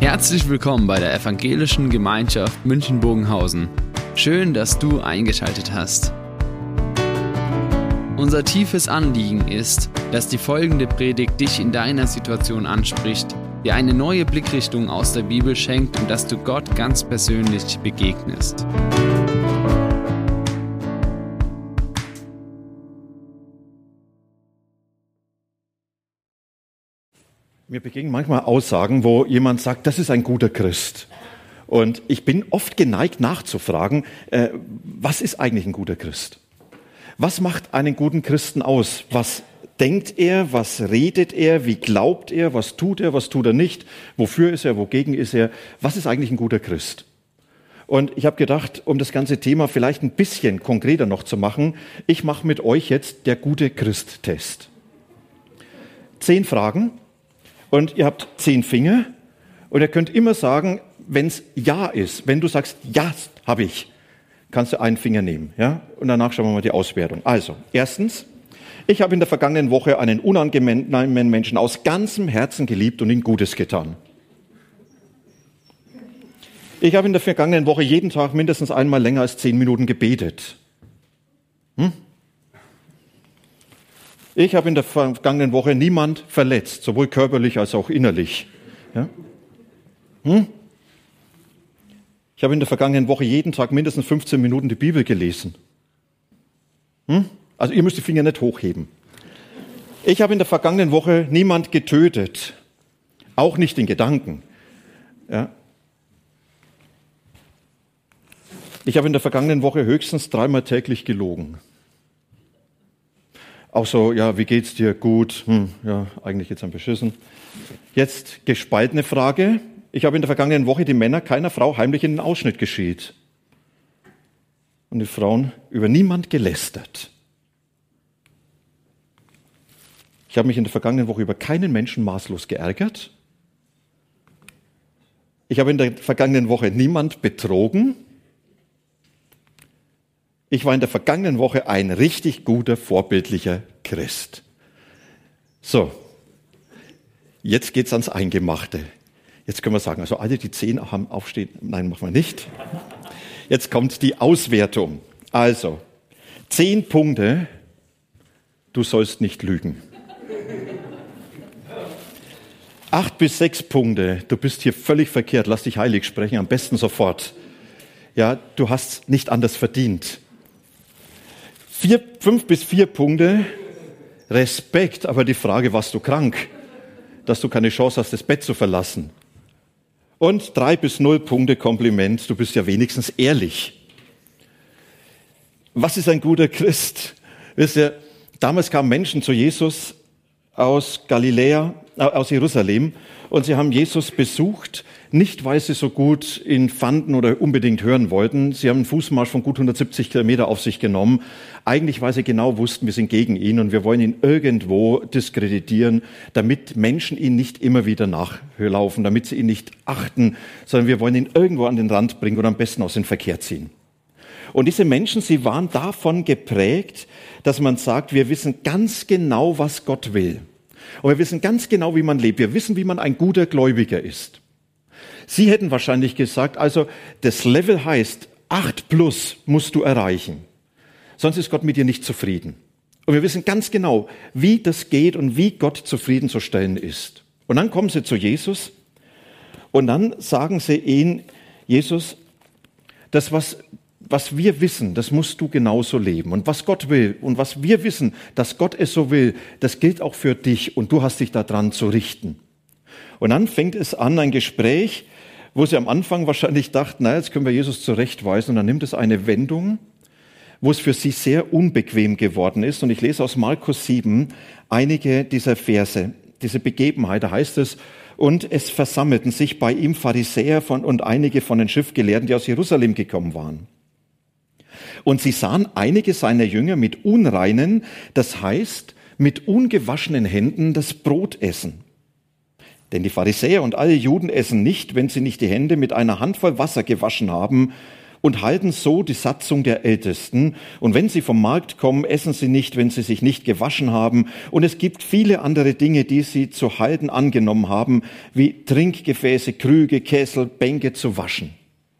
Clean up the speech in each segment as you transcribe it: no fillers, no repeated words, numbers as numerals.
Herzlich willkommen bei der Evangelischen Gemeinschaft München-Bogenhausen. Schön, dass du eingeschaltet hast. Unser tiefes Anliegen ist, dass die folgende Predigt dich in deiner Situation anspricht, dir eine neue Blickrichtung aus der Bibel schenkt und dass du Gott ganz persönlich begegnest. Mir begegnen manchmal Aussagen, wo jemand sagt, das ist ein guter Christ. Und ich bin oft geneigt nachzufragen, was ist eigentlich ein guter Christ? Was macht einen guten Christen aus? Was denkt er? Was redet er? Wie glaubt er? Was tut er nicht? Wofür ist er? Wogegen ist er? Was ist eigentlich ein guter Christ? Und ich habe gedacht, um das ganze Thema vielleicht ein bisschen konkreter noch zu machen, ich mache mit euch jetzt der gute Christ-Test. 10 Fragen. Und ihr habt 10 Finger und ihr könnt immer sagen, wenn es Ja ist, wenn du sagst, ja, habe ich, kannst du einen Finger nehmen. Ja? Und danach schauen wir mal die Auswertung. Also, erstens, ich habe in der vergangenen Woche einen unangenehmen Menschen aus ganzem Herzen geliebt und ihm Gutes getan. Ich habe in der vergangenen Woche jeden Tag mindestens einmal länger als 10 Minuten gebetet. Ich habe in der vergangenen Woche niemand verletzt, sowohl körperlich als auch innerlich. Ja? Ich habe in der vergangenen Woche jeden Tag mindestens 15 Minuten die Bibel gelesen. Also ihr müsst die Finger nicht hochheben. Ich habe in der vergangenen Woche niemand getötet, auch nicht in Gedanken. Ja? Ich habe in der vergangenen Woche höchstens 3-mal täglich gelogen. Auch so, ja, wie geht's dir? Gut. Ja, eigentlich geht's am beschissen. Jetzt gespaltene Frage. Ich habe in der vergangenen Woche die Männer keiner Frau heimlich in den Ausschnitt geschied. Und die Frauen über niemand gelästert. Ich habe mich in der vergangenen Woche über keinen Menschen maßlos geärgert. Ich habe in der vergangenen Woche niemand betrogen. Ich war in der vergangenen Woche ein richtig guter, vorbildlicher Christ. So, jetzt geht's ans Eingemachte. Jetzt können wir sagen, also alle, die 10 haben aufstehen, nein, machen wir nicht. Jetzt kommt die Auswertung. Also, 10 Punkte, du sollst nicht lügen. 8 bis 6 Punkte, du bist hier völlig verkehrt, lass dich heilig sprechen, am besten sofort. Ja, du hast nicht anders verdient. 5 bis 4 Punkte, Respekt, aber die Frage, warst du krank, dass du keine Chance hast, das Bett zu verlassen. Und 3 bis 0 Punkte, Kompliment, du bist ja wenigstens ehrlich. Was ist ein guter Christ? Wisst ihr, damals kamen Menschen zu Jesus aus Galiläa, aus Jerusalem, und sie haben Jesus besucht, nicht weil sie so gut ihn fanden oder unbedingt hören wollten. Sie haben einen Fußmarsch von gut 170 Kilometer auf sich genommen. Eigentlich, weil sie genau wussten, wir sind gegen ihn und wir wollen ihn irgendwo diskreditieren, damit Menschen ihn nicht immer wieder nachlaufen, damit sie ihn nicht achten, sondern wir wollen ihn irgendwo an den Rand bringen oder am besten aus dem Verkehr ziehen. Und diese Menschen, sie waren davon geprägt, dass man sagt, wir wissen ganz genau, was Gott will. Und wir wissen ganz genau, wie man lebt. Wir wissen, wie man ein guter Gläubiger ist. Sie hätten wahrscheinlich gesagt, also das Level heißt, 8+ musst du erreichen. Sonst ist Gott mit dir nicht zufrieden. Und wir wissen ganz genau, wie das geht und wie Gott zufriedenzustellen ist. Und dann kommen sie zu Jesus und dann sagen sie ihm, Jesus, das, was wir wissen, das musst du genauso leben. Und was Gott will und was wir wissen, dass Gott es so will, das gilt auch für dich und du hast dich daran zu richten. Und dann fängt es an, ein Gespräch, wo sie am Anfang wahrscheinlich dachten, na, jetzt können wir Jesus zurechtweisen. Und dann nimmt es eine Wendung, wo es für sie sehr unbequem geworden ist. Und ich lese aus Markus 7 einige dieser Verse, diese Begebenheit, da heißt es, und es versammelten sich bei ihm Pharisäer und einige von den Schriftgelehrten, die aus Jerusalem gekommen waren. Und sie sahen einige seiner Jünger mit unreinen, das heißt mit ungewaschenen Händen das Brot essen. Denn die Pharisäer und alle Juden essen nicht, wenn sie nicht die Hände mit einer Handvoll Wasser gewaschen haben und halten so die Satzung der Ältesten. Und wenn sie vom Markt kommen, essen sie nicht, wenn sie sich nicht gewaschen haben. Und es gibt viele andere Dinge, die sie zu halten angenommen haben, wie Trinkgefäße, Krüge, Kessel, Bänke zu waschen.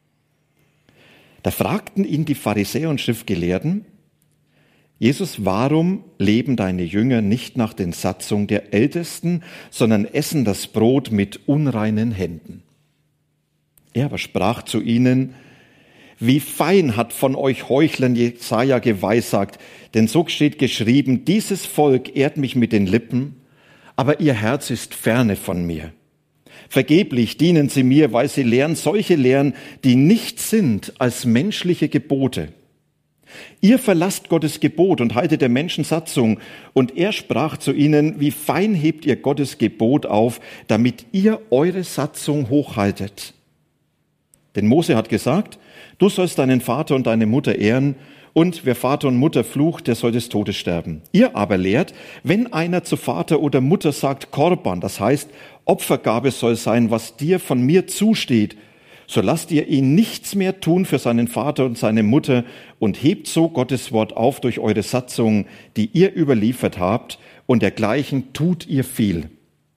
Da fragten ihn die Pharisäer und Schriftgelehrten: Jesus, warum leben deine Jünger nicht nach den Satzungen der Ältesten, sondern essen das Brot mit unreinen Händen? Er aber sprach zu ihnen: Wie fein hat von euch Heuchlern Jesaja geweissagt, denn so steht geschrieben: Dieses Volk ehrt mich mit den Lippen, aber ihr Herz ist ferne von mir. Vergeblich dienen sie mir, weil sie lehren solche Lehren, die nichts sind als menschliche Gebote. Ihr verlasst Gottes Gebot und haltet der Menschen Satzung. Und er sprach zu ihnen: Wie fein hebt ihr Gottes Gebot auf, damit ihr eure Satzung hochhaltet. Denn Mose hat gesagt: Du sollst deinen Vater und deine Mutter ehren, und wer Vater und Mutter flucht, der soll des Todes sterben. Ihr aber lehrt, wenn einer zu Vater oder Mutter sagt Korban, das heißt Opfergabe soll sein, was dir von mir zusteht, so lasst ihr ihn nichts mehr tun für seinen Vater und seine Mutter und hebt so Gottes Wort auf durch eure Satzungen, die ihr überliefert habt, und dergleichen tut ihr viel.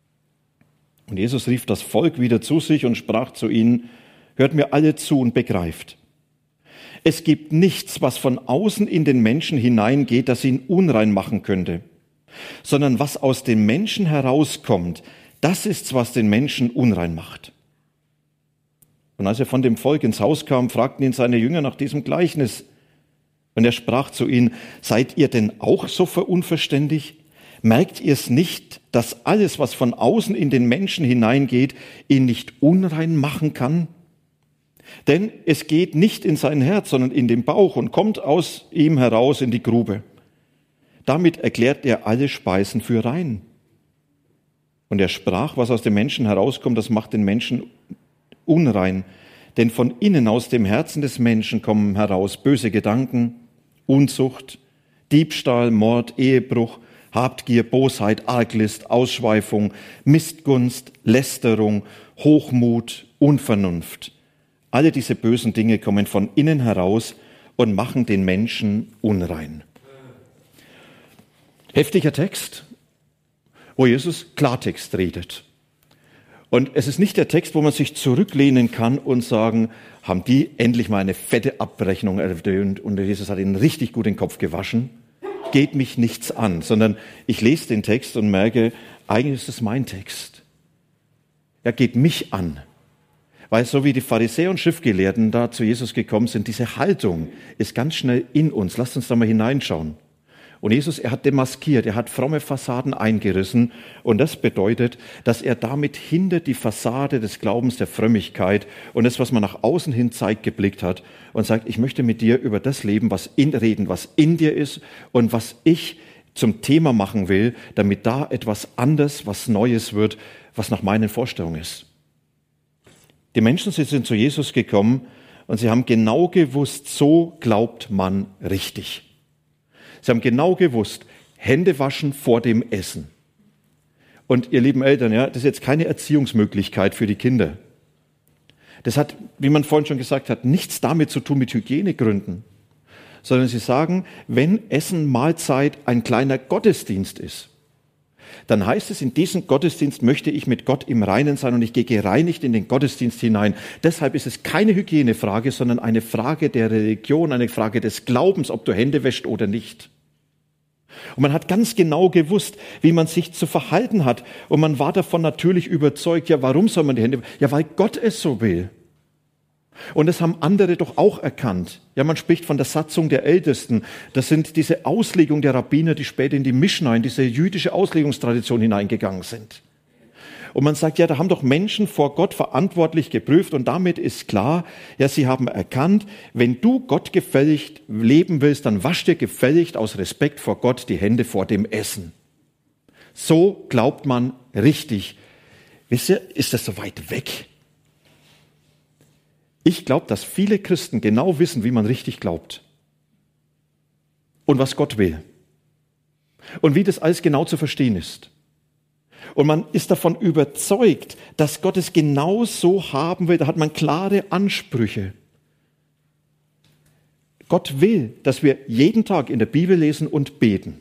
Und Jesus rief das Volk wieder zu sich und sprach zu ihnen: Hört mir alle zu und begreift. Es gibt nichts, was von außen in den Menschen hineingeht, das ihn unrein machen könnte, sondern was aus dem Menschen herauskommt, das ist's, was den Menschen unrein macht. Und als er von dem Volk ins Haus kam, fragten ihn seine Jünger nach diesem Gleichnis. Und er sprach zu ihnen: Seid ihr denn auch so unverständig? Merkt ihr es nicht, dass alles, was von außen in den Menschen hineingeht, ihn nicht unrein machen kann? Denn es geht nicht in sein Herz, sondern in den Bauch und kommt aus ihm heraus in die Grube. Damit erklärt er alle Speisen für rein. Und er sprach: Was aus dem Menschen herauskommt, das macht den Menschen unrein. Denn von innen aus dem Herzen des Menschen kommen heraus böse Gedanken, Unzucht, Diebstahl, Mord, Ehebruch, Habgier, Bosheit, Arglist, Ausschweifung, Missgunst, Lästerung, Hochmut, Unvernunft. Alle diese bösen Dinge kommen von innen heraus und machen den Menschen unrein. Heftiger Text, wo Jesus Klartext redet. Und es ist nicht der Text, wo man sich zurücklehnen kann und sagen: Haben die endlich mal eine fette Abrechnung ertönt und Jesus hat ihnen richtig gut den Kopf gewaschen? Geht mich nichts an, sondern ich lese den Text und merke, eigentlich ist es mein Text. Er geht mich an. Weil so wie die Pharisäer und Schriftgelehrten da zu Jesus gekommen sind, diese Haltung ist ganz schnell in uns. Lasst uns da mal hineinschauen. Und Jesus, er hat demaskiert, er hat fromme Fassaden eingerissen. Und das bedeutet, dass er damit hinter die Fassade des Glaubens, der Frömmigkeit und das, was man nach außen hin zeigt, geblickt hat und sagt: Ich möchte mit dir über das reden, was in dir ist und was ich zum Thema machen will, damit da etwas anderes, was Neues wird, was nach meinen Vorstellungen ist. Die Menschen sind zu Jesus gekommen und sie haben genau gewusst, so glaubt man richtig. Sie haben genau gewusst, Hände waschen vor dem Essen. Und ihr lieben Eltern, ja, das ist jetzt keine Erziehungsmöglichkeit für die Kinder. Das hat, wie man vorhin schon gesagt hat, nichts damit zu tun mit Hygienegründen, sondern sie sagen, wenn Essen, Mahlzeit ein kleiner Gottesdienst ist, dann heißt es, in diesem Gottesdienst möchte ich mit Gott im Reinen sein und ich gehe gereinigt in den Gottesdienst hinein. Deshalb ist es keine Hygienefrage, sondern eine Frage der Religion, eine Frage des Glaubens, ob du Hände wäschst oder nicht. Und man hat ganz genau gewusst, wie man sich zu verhalten hat. Und man war davon natürlich überzeugt, ja, warum soll man die Hände waschen? Ja, weil Gott es so will. Und das haben andere doch auch erkannt. Ja, man spricht von der Satzung der Ältesten. Das sind diese Auslegungen der Rabbiner, die später in die Mischna, in diese jüdische Auslegungstradition hineingegangen sind. Und man sagt, ja, da haben doch Menschen vor Gott verantwortlich geprüft und damit ist klar, ja, sie haben erkannt, wenn du Gott gefällig leben willst, dann wasch dir gefällig aus Respekt vor Gott die Hände vor dem Essen. So glaubt man richtig. Wisst ihr, ist das so weit weg? Ich glaube, dass viele Christen genau wissen, wie man richtig glaubt und was Gott will und wie das alles genau zu verstehen ist. Und man ist davon überzeugt, dass Gott es genau so haben will. Da hat man klare Ansprüche. Gott will, dass wir jeden Tag in der Bibel lesen und beten.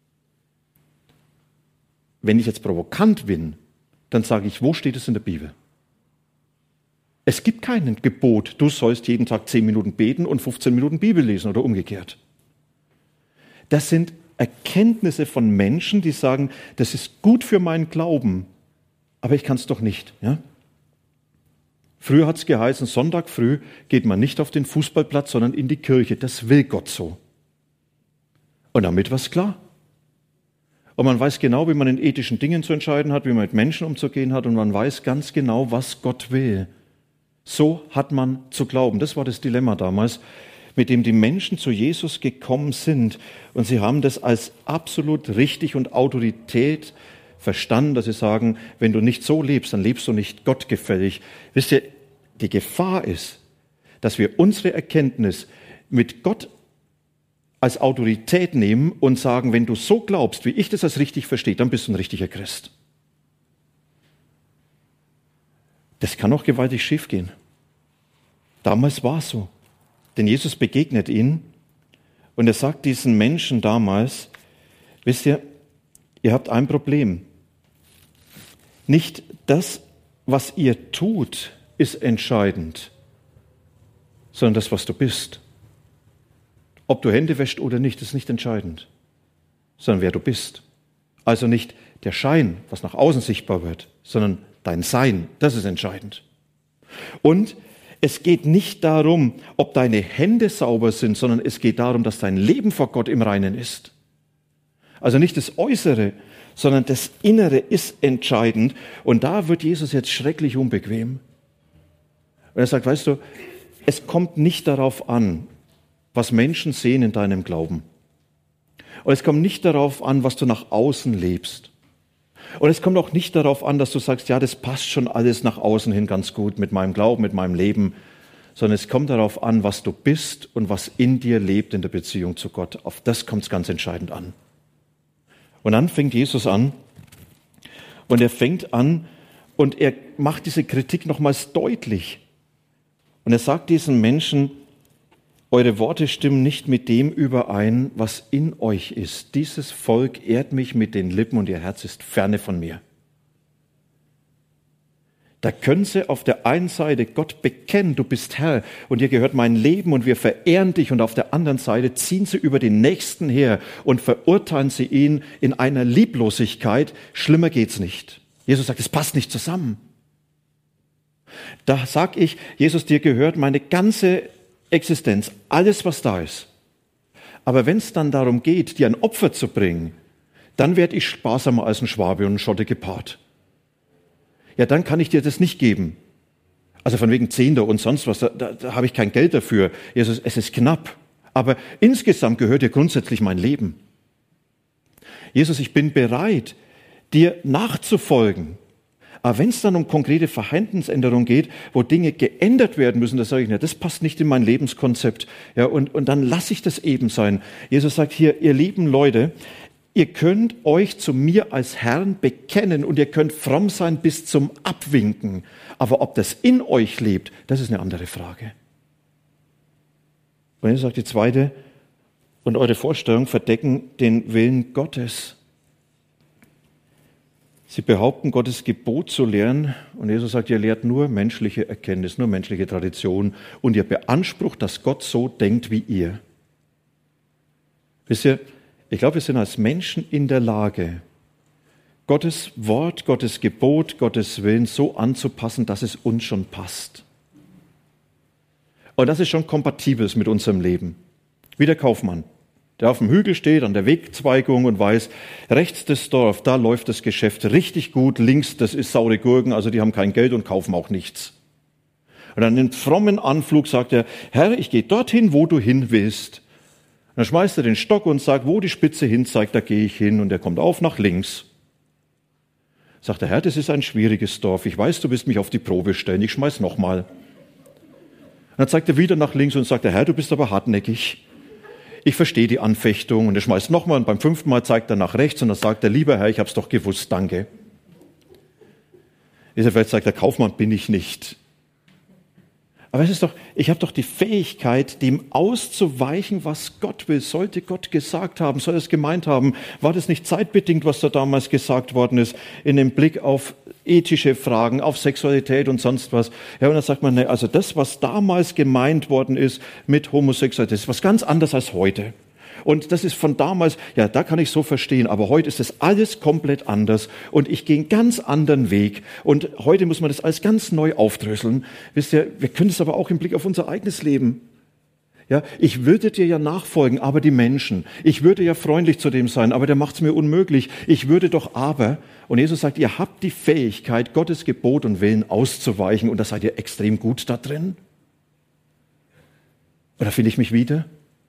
Wenn ich jetzt provokant bin, dann sage ich, wo steht es in der Bibel? Es gibt kein Gebot, du sollst jeden Tag 10 Minuten beten und 15 Minuten Bibel lesen oder umgekehrt. Das sind Erkenntnisse von Menschen, die sagen, das ist gut für meinen Glauben, aber ich kann es doch nicht. Ja? Früher hat es geheißen, Sonntag früh geht man nicht auf den Fußballplatz, sondern in die Kirche. Das will Gott so. Und damit war es klar. Und man weiß genau, wie man in ethischen Dingen zu entscheiden hat, wie man mit Menschen umzugehen hat, und man weiß ganz genau, was Gott will. So hat man zu glauben. Das war das Dilemma damals, mit dem die Menschen zu Jesus gekommen sind. Und sie haben das als absolut richtig und Autorität verstanden, dass sie sagen, wenn du nicht so lebst, dann lebst du nicht gottgefällig. Wisst ihr, die Gefahr ist, dass wir unsere Erkenntnis mit Gott als Autorität nehmen und sagen, wenn du so glaubst, wie ich das als richtig verstehe, dann bist du ein richtiger Christ. Das kann auch gewaltig schief gehen. Damals war es so. Denn Jesus begegnet ihnen und er sagt diesen Menschen damals, wisst ihr, ihr habt ein Problem. Nicht das, was ihr tut, ist entscheidend, sondern das, was du bist. Ob du Hände wäschst oder nicht, ist nicht entscheidend, sondern wer du bist. Also nicht der Schein, was nach außen sichtbar wird, sondern dein Sein, das ist entscheidend. Und es geht nicht darum, ob deine Hände sauber sind, sondern es geht darum, dass dein Leben vor Gott im Reinen ist. Also nicht das Äußere, sondern das Innere ist entscheidend. Und da wird Jesus jetzt schrecklich unbequem. Und er sagt, weißt du, es kommt nicht darauf an, was Menschen sehen in deinem Glauben. Und es kommt nicht darauf an, was du nach außen lebst. Und es kommt auch nicht darauf an, dass du sagst, ja, das passt schon alles nach außen hin ganz gut mit meinem Glauben, mit meinem Leben, sondern es kommt darauf an, was du bist und was in dir lebt in der Beziehung zu Gott. Auf das kommt es ganz entscheidend an. Und dann fängt Jesus an und er fängt an und er macht diese Kritik nochmals deutlich. Und er sagt diesen Menschen, eure Worte stimmen nicht mit dem überein, was in euch ist. Dieses Volk ehrt mich mit den Lippen und ihr Herz ist ferne von mir. Da können sie auf der einen Seite Gott bekennen, du bist Herr und dir gehört mein Leben und wir verehren dich, und auf der anderen Seite ziehen sie über den Nächsten her und verurteilen sie ihn in einer Lieblosigkeit. Schlimmer geht's nicht. Jesus sagt, es passt nicht zusammen. Da sag ich, Jesus, dir gehört meine ganze Existenz, alles, was da ist. Aber wenn es dann darum geht, dir ein Opfer zu bringen, dann werde ich sparsamer als ein Schwabe und ein Schotte gepaart. Ja, dann kann ich dir das nicht geben. Also von wegen Zehnter und sonst was, da habe ich kein Geld dafür. Jesus, es ist knapp. Aber insgesamt gehört dir grundsätzlich mein Leben. Jesus, ich bin bereit, dir nachzufolgen. Aber wenn es dann um konkrete Verhaltensänderungen geht, wo Dinge geändert werden müssen, da sage ich, das passt nicht in mein Lebenskonzept. Ja, und dann lasse ich das eben sein. Jesus sagt hier, ihr lieben Leute, ihr könnt euch zu mir als Herrn bekennen und ihr könnt fromm sein bis zum Abwinken. Aber ob das in euch lebt, das ist eine andere Frage. Und Jesus sagt die zweite, und eure Vorstellungen verdecken den Willen Gottes. Sie behaupten, Gottes Gebot zu lehren, und Jesus sagt, ihr lehrt nur menschliche Erkenntnis, nur menschliche Tradition, und ihr beansprucht, dass Gott so denkt wie ihr. Wisst ihr, ich glaube, wir sind als Menschen in der Lage, Gottes Wort, Gottes Gebot, Gottes Willen so anzupassen, dass es uns schon passt. Und das ist schon kompatibel mit unserem Leben. Wie der Kaufmann, der auf dem Hügel steht, an der Wegzweigung und weiß, rechts das Dorf, da läuft das Geschäft richtig gut, links, das ist saure Gurken, also die haben kein Geld und kaufen auch nichts. Und dann im frommen Anflug sagt er, Herr, ich gehe dorthin, wo du hin willst. Und dann schmeißt er den Stock und sagt, wo die Spitze hin zeigt, da gehe ich hin, und er kommt auf nach links. Sagt der Herr, das ist ein schwieriges Dorf, ich weiß, du willst mich auf die Probe stellen, ich schmeiß nochmal. Dann zeigt er wieder nach links und sagt, der Herr, du bist aber hartnäckig. Ich verstehe die Anfechtung, und er schmeißt nochmal, und beim 5. Mal zeigt er nach rechts und dann sagt er, lieber Herr, ich hab's doch gewusst, danke. Vielleicht sagt der Kaufmann, bin ich nicht. Aber ich habe doch die Fähigkeit, dem auszuweichen, was Gott will. Sollte Gott gesagt haben, soll er es gemeint haben? War das nicht zeitbedingt, was da damals gesagt worden ist, in dem Blick auf ethische Fragen, auf Sexualität und sonst was? Ja, und dann sagt man, ne, also das, was damals gemeint worden ist mit Homosexualität, ist was ganz anderes als heute. Und das ist von damals, ja, da kann ich so verstehen, aber heute ist das alles komplett anders und ich gehe einen ganz anderen Weg und heute muss man das alles ganz neu aufdröseln. Wisst ihr, wir können es aber auch im Blick auf unser eigenes Leben. Ja, ich würde dir ja nachfolgen, aber die Menschen. Ich würde ja freundlich zu dem sein, aber der macht es mir unmöglich. Ich würde doch aber. Und Jesus sagt, ihr habt die Fähigkeit, Gottes Gebot und Willen auszuweichen und da seid ihr extrem gut da drin. Oder finde ich mich wieder?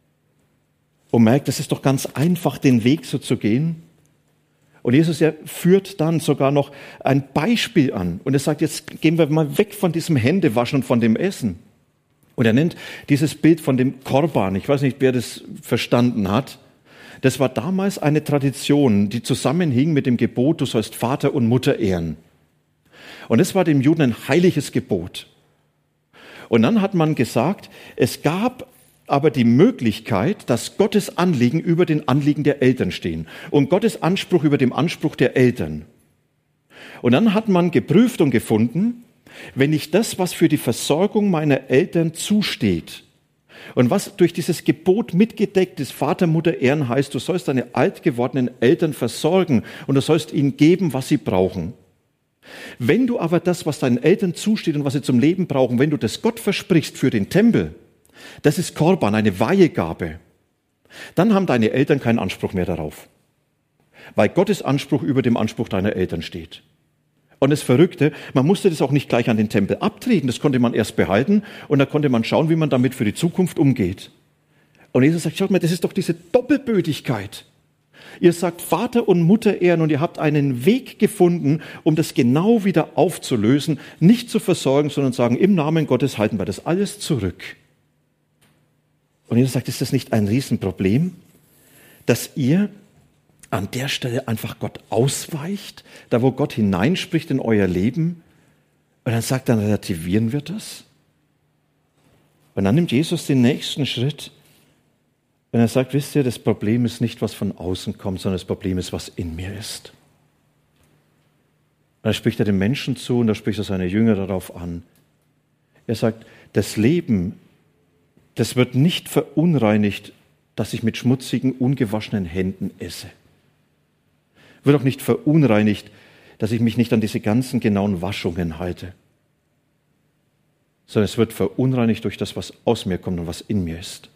Und merkt, es ist doch ganz einfach, den Weg so zu gehen. Und Jesus führt dann sogar noch ein Beispiel an. Und er sagt, jetzt gehen wir mal weg von diesem Händewaschen und von dem Essen. Und er nennt dieses Bild von dem Korban. Ich weiß nicht, wer das verstanden hat. Das war damals eine Tradition, die zusammenhing mit dem Gebot, du sollst Vater und Mutter ehren. Und es war dem Juden ein heiliges Gebot. Und dann hat man gesagt, es gab aber die Möglichkeit, dass Gottes Anliegen über den Anliegen der Eltern stehen und Gottes Anspruch über dem Anspruch der Eltern. Und dann hat man geprüft und gefunden, wenn ich das, was für die Versorgung meiner Eltern zusteht und was durch dieses Gebot mitgedeckt ist, Vater, Mutter ehren heißt, du sollst deine alt gewordenen Eltern versorgen und du sollst ihnen geben, was sie brauchen. Wenn du aber das, was deinen Eltern zusteht und was sie zum Leben brauchen, wenn du das Gott versprichst für den Tempel, das ist Korban, eine Weihegabe. Dann haben deine Eltern keinen Anspruch mehr darauf. Weil Gottes Anspruch über dem Anspruch deiner Eltern steht. Und das Verrückte, man musste das auch nicht gleich an den Tempel abtreten, das konnte man erst behalten und da konnte man schauen, wie man damit für die Zukunft umgeht. Und Jesus sagt, schaut mal, das ist doch diese Doppelbödigkeit. Ihr sagt Vater und Mutter ehren und ihr habt einen Weg gefunden, um das genau wieder aufzulösen, nicht zu versorgen, sondern sagen, im Namen Gottes halten wir das alles zurück. Und Jesus sagt, ist das nicht ein Riesenproblem, dass ihr an der Stelle einfach Gott ausweicht, da wo Gott hineinspricht in euer Leben? Und dann sagt, dann relativieren wir das. Und dann nimmt Jesus den nächsten Schritt und er sagt, wisst ihr, das Problem ist nicht, was von außen kommt, sondern das Problem ist, was in mir ist. Und da spricht er dem Menschen zu und da spricht er seine Jünger darauf an. Er sagt, das Leben, das wird nicht verunreinigt, dass ich mit schmutzigen, ungewaschenen Händen esse. Wird auch nicht verunreinigt, dass ich mich nicht an diese ganzen genauen Waschungen halte. Sondern es wird verunreinigt durch das, was aus mir kommt und was in mir ist.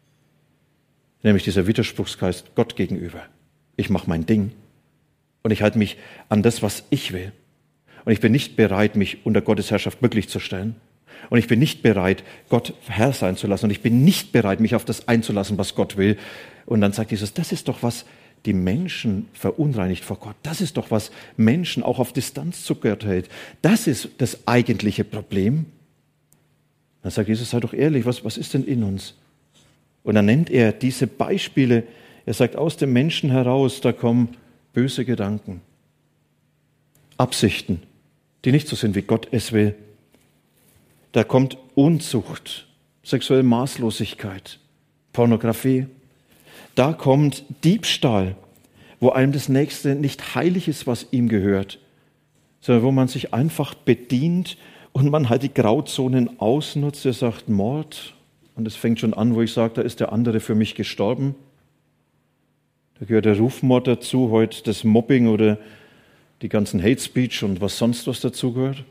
Nämlich dieser Widerspruchsgeist Gott gegenüber. Ich mache mein Ding und ich halte mich an das, was ich will. Und ich bin nicht bereit, mich unter Gottes Herrschaft glücklich zu stellen. Und ich bin nicht bereit, Gott Herr sein zu lassen. Und ich bin nicht bereit, mich auf das einzulassen, was Gott will. Und dann sagt Jesus, das ist doch was die Menschen verunreinigt vor Gott. Das ist doch was Menschen auch auf Distanz zu Gott hält. Das ist das eigentliche Problem. Dann sagt Jesus, sei doch ehrlich, was ist denn in uns? Und dann nennt er diese Beispiele. Er sagt, aus dem Menschen heraus, da kommen böse Gedanken, Absichten, die nicht so sind, wie Gott es will. Da kommt Unzucht, sexuelle Maßlosigkeit, Pornografie. Da kommt Diebstahl, wo einem das Nächste nicht heilig ist, was ihm gehört, sondern wo man sich einfach bedient und man halt die Grauzonen ausnutzt. Er sagt Mord und es fängt schon an, wo ich sage, da ist der andere für mich gestorben. Da gehört der Rufmord dazu, heute das Mobbing oder die ganzen Hate Speech und was sonst was dazugehört.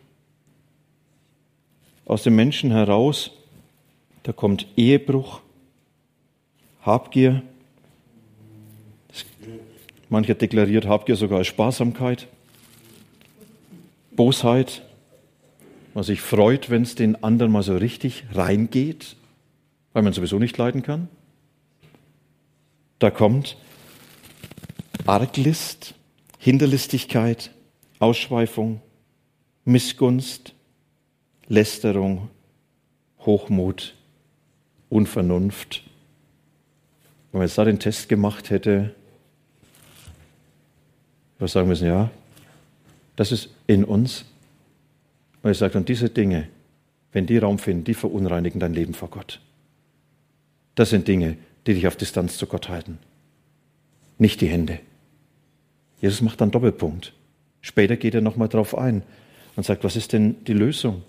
Aus dem Menschen heraus, da kommt Ehebruch, Habgier. Mancher deklariert Habgier sogar als Sparsamkeit, Bosheit, man sich freut, wenn es den anderen mal so richtig reingeht, weil man sowieso nicht leiden kann. Da kommt Arglist, Hinterlistigkeit, Ausschweifung, Missgunst, Lästerung, Hochmut, Unvernunft. Wenn man jetzt da den Test gemacht hätte, würde ich sagen müssen, ja, das ist in uns. Und ich sage, und diese Dinge, wenn die Raum finden, die verunreinigen dein Leben vor Gott. Das sind Dinge, die dich auf Distanz zu Gott halten. Nicht die Hände. Jesus macht dann Doppelpunkt. Später geht er nochmal drauf ein und sagt, was ist denn die Lösung?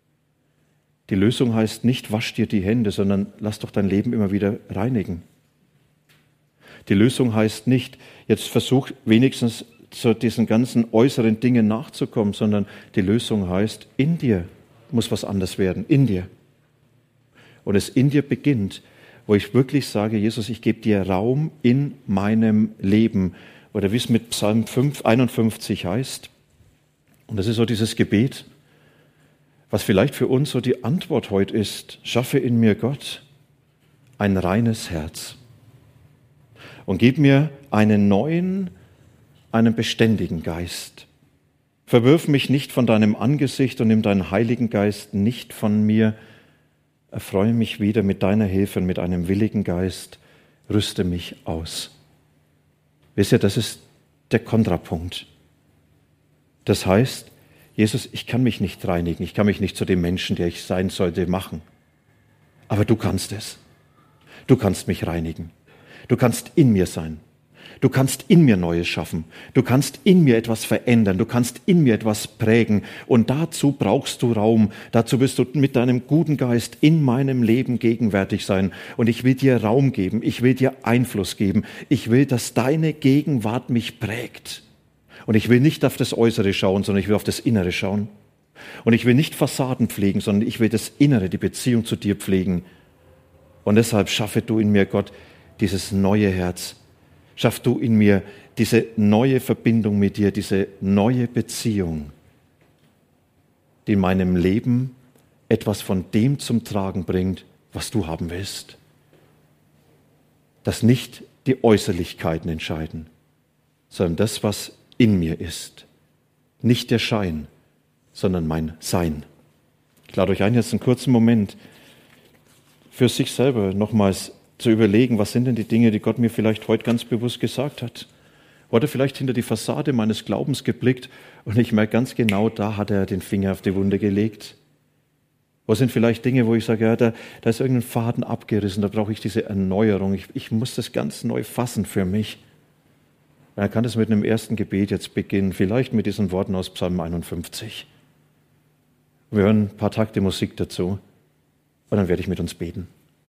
Die Lösung heißt nicht, wasch dir die Hände, sondern lass doch dein Leben immer wieder reinigen. Die Lösung heißt nicht, jetzt versuch wenigstens zu diesen ganzen äußeren Dingen nachzukommen, sondern die Lösung heißt, in dir muss was anders werden, in dir. Und es in dir beginnt, wo ich wirklich sage, Jesus, ich gebe dir Raum in meinem Leben. Oder wie es mit Psalm 51 heißt. Und das ist so dieses Gebet, was vielleicht für uns so die Antwort heute ist, schaffe in mir, Gott, ein reines Herz. Und gib mir einen neuen, einen beständigen Geist. Verwirf mich nicht von deinem Angesicht und nimm deinen Heiligen Geist nicht von mir. Erfreue mich wieder mit deiner Hilfe und mit einem willigen Geist. Rüste mich aus. Wisst ihr, das ist der Kontrapunkt. Das heißt, Jesus, ich kann mich nicht reinigen, ich kann mich nicht zu dem Menschen, der ich sein sollte, machen. Aber du kannst es. Du kannst mich reinigen. Du kannst in mir sein. Du kannst in mir Neues schaffen. Du kannst in mir etwas verändern. Du kannst in mir etwas prägen. Und dazu brauchst du Raum. Dazu wirst du mit deinem guten Geist in meinem Leben gegenwärtig sein. Und ich will dir Raum geben. Ich will dir Einfluss geben. Ich will, dass deine Gegenwart mich prägt. Und ich will nicht auf das Äußere schauen, sondern ich will auf das Innere schauen. Und ich will nicht Fassaden pflegen, sondern ich will das Innere, die Beziehung zu dir pflegen. Und deshalb schaffe du in mir, Gott, dieses neue Herz. Schaff du in mir diese neue Verbindung mit dir, diese neue Beziehung, die in meinem Leben etwas von dem zum Tragen bringt, was du haben willst. Dass nicht die Äußerlichkeiten entscheiden, sondern das, was in mir ist. Nicht der Schein, sondern mein Sein. Ich lade euch ein, jetzt einen kurzen Moment für sich selber nochmals zu überlegen, was sind denn die Dinge, die Gott mir vielleicht heute ganz bewusst gesagt hat. Wo hat er vielleicht hinter die Fassade meines Glaubens geblickt und ich merke ganz genau, da hat er den Finger auf die Wunde gelegt. Wo sind vielleicht Dinge, wo ich sage, ja, da ist irgendein Faden abgerissen, da brauche ich diese Erneuerung. Ich muss das ganz neu fassen für mich. Und er kann das mit einem ersten Gebet jetzt beginnen, vielleicht mit diesen Worten aus Psalm 51. Wir hören ein paar Takte Musik dazu und dann werde ich mit uns beten.